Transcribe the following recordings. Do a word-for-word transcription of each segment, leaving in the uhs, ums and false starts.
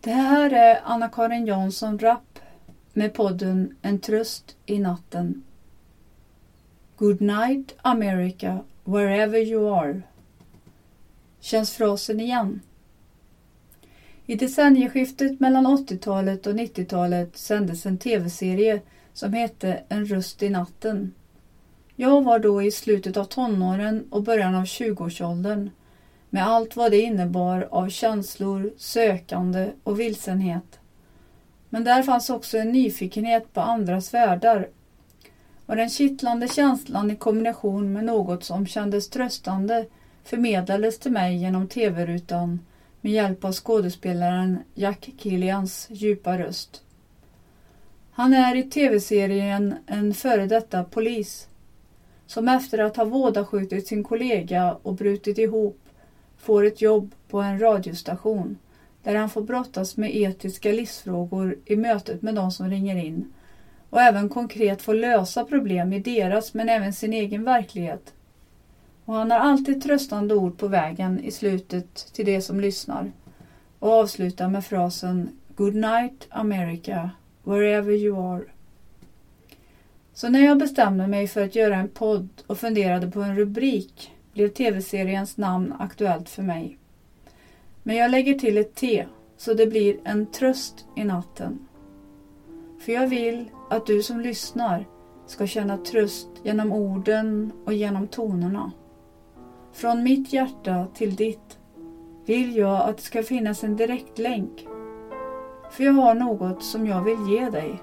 Det här är Anna-Karin Jansson Rapp med podden En tröst i natten. Good night America, wherever you are. Känns frasen igen? I decennieskiftet mellan åttiotalet och nittiotalet sändes en tv-serie som hette En röst i natten. Jag var då i slutet av tonåren och början av tjugoårsåldern. Med allt vad det innebar av känslor, sökande och vilsenhet. Men där fanns också en nyfikenhet på andras världar. Och den kittlande känslan i kombination med något som kändes tröstande förmedlades till mig genom tv-rutan med hjälp av skådespelaren Jack Killians djupa röst. Han är i tv-serien en före detta polis som efter att ha vådaskjutit sin kollega och brutit ihop får ett jobb på en radiostation där han får brottas med etiska livsfrågor i mötet med de som ringer in och även konkret får lösa problem i deras men även sin egen verklighet. Och han har alltid tröstande ord på vägen i slutet till det som lyssnar och avslutar med frasen Good night America, wherever you are. Så när jag bestämde mig för att göra en podd och funderade på en rubrik blev tv-seriens namn aktuellt för mig. Men jag lägger till ett T så det blir en tröst i natten. För jag vill att du som lyssnar ska känna tröst genom orden och genom tonerna. Från mitt hjärta till ditt vill jag att det ska finnas en direkt länk. För jag har något som jag vill ge dig.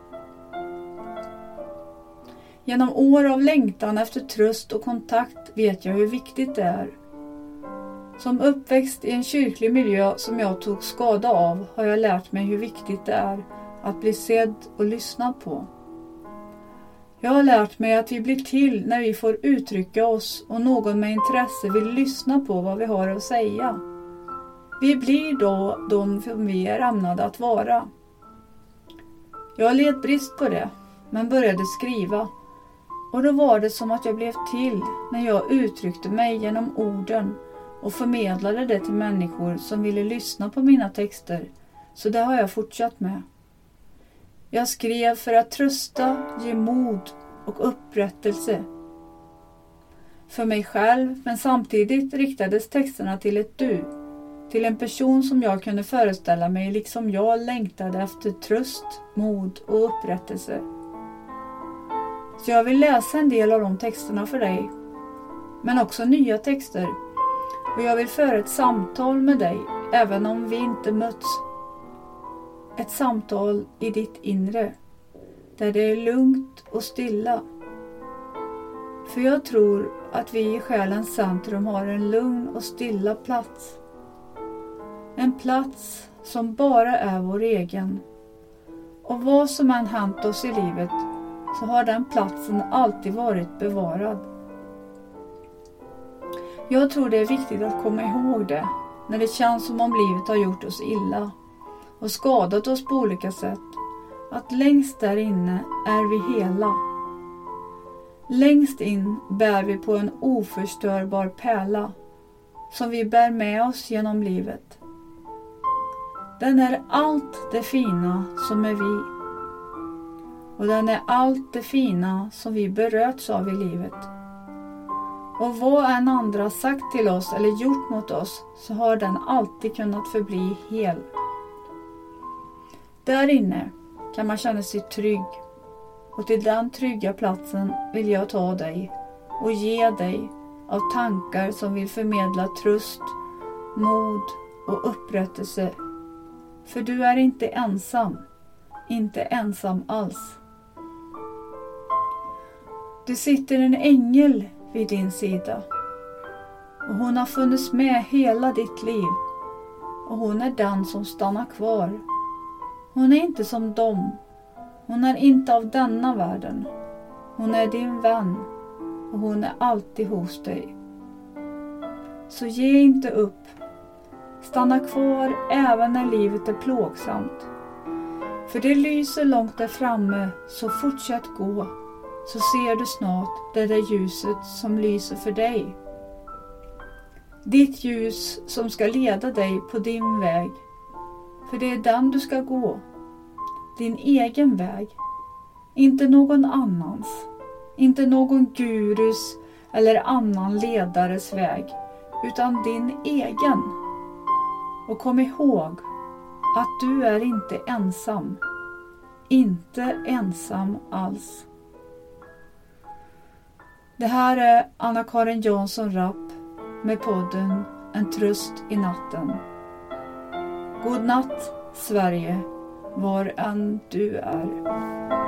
Genom år av längtan efter tröst och kontakt vet jag hur viktigt det är. Som uppväxt i en kyrklig miljö som jag tog skada av har jag lärt mig hur viktigt det är att bli sedd och lyssnad på. Jag har lärt mig att vi blir till när vi får uttrycka oss och någon med intresse vill lyssna på vad vi har att säga. Vi blir då de som vi är ämnade att vara. Jag led brist på det, men började skriva. Och då var det som att jag blev till när jag uttryckte mig genom orden och förmedlade det till människor som ville lyssna på mina texter. Så det har jag fortsatt med. Jag skrev för att trösta, ge mod och upprättelse. För mig själv, men samtidigt riktades texterna till ett du. Till en person som jag kunde föreställa mig liksom jag längtade efter tröst, mod och upprättelse. Så jag vill läsa en del av de texterna för dig. Men också nya texter. Och jag vill föra ett samtal med dig även om vi inte möts. Ett samtal i ditt inre. Där det är lugnt och stilla. För jag tror att vi i själens centrum har en lugn och stilla plats. En plats som bara är vår egen. Och vad som än hänt oss i livet så har den platsen alltid varit bevarad. Jag tror det är viktigt att komma ihåg det när det känns som om livet har gjort oss illa och skadat oss på olika sätt. Att längst där inne är vi hela. Längst in bär vi på en oförstörbar pärla som vi bär med oss genom livet. Den är allt det fina som är vi. Och den är allt det fina som vi berörts av i livet. Och vad en andra sagt till oss eller gjort mot oss så har den alltid kunnat förbli hel. Där inne kan man känna sig trygg. Och till den trygga platsen vill jag ta dig och ge dig av tankar som vill förmedla tröst, mod och upprättelse. För du är inte ensam. Inte ensam alls. Det sitter en ängel vid din sida. Och hon har funnits med hela ditt liv. Och hon är den som stannar kvar. Hon är inte som dem. Hon är inte av denna världen. Hon är din vän. Och hon är alltid hos dig. Så ge inte upp. Stanna kvar även när livet är plågsamt. För det lyser långt där framme, så fortsätt gå. Så ser du snart det där ljuset som lyser för dig. Ditt ljus som ska leda dig på din väg. För det är den du ska gå. Din egen väg. Inte någon annans. Inte någon gurus eller annan ledares väg. Utan din egen. Och kom ihåg att du är inte ensam. Inte ensam alls. Det här är Anna-Karin Jansson Rapp med podden En tröst i natten. God natt Sverige, var än du är.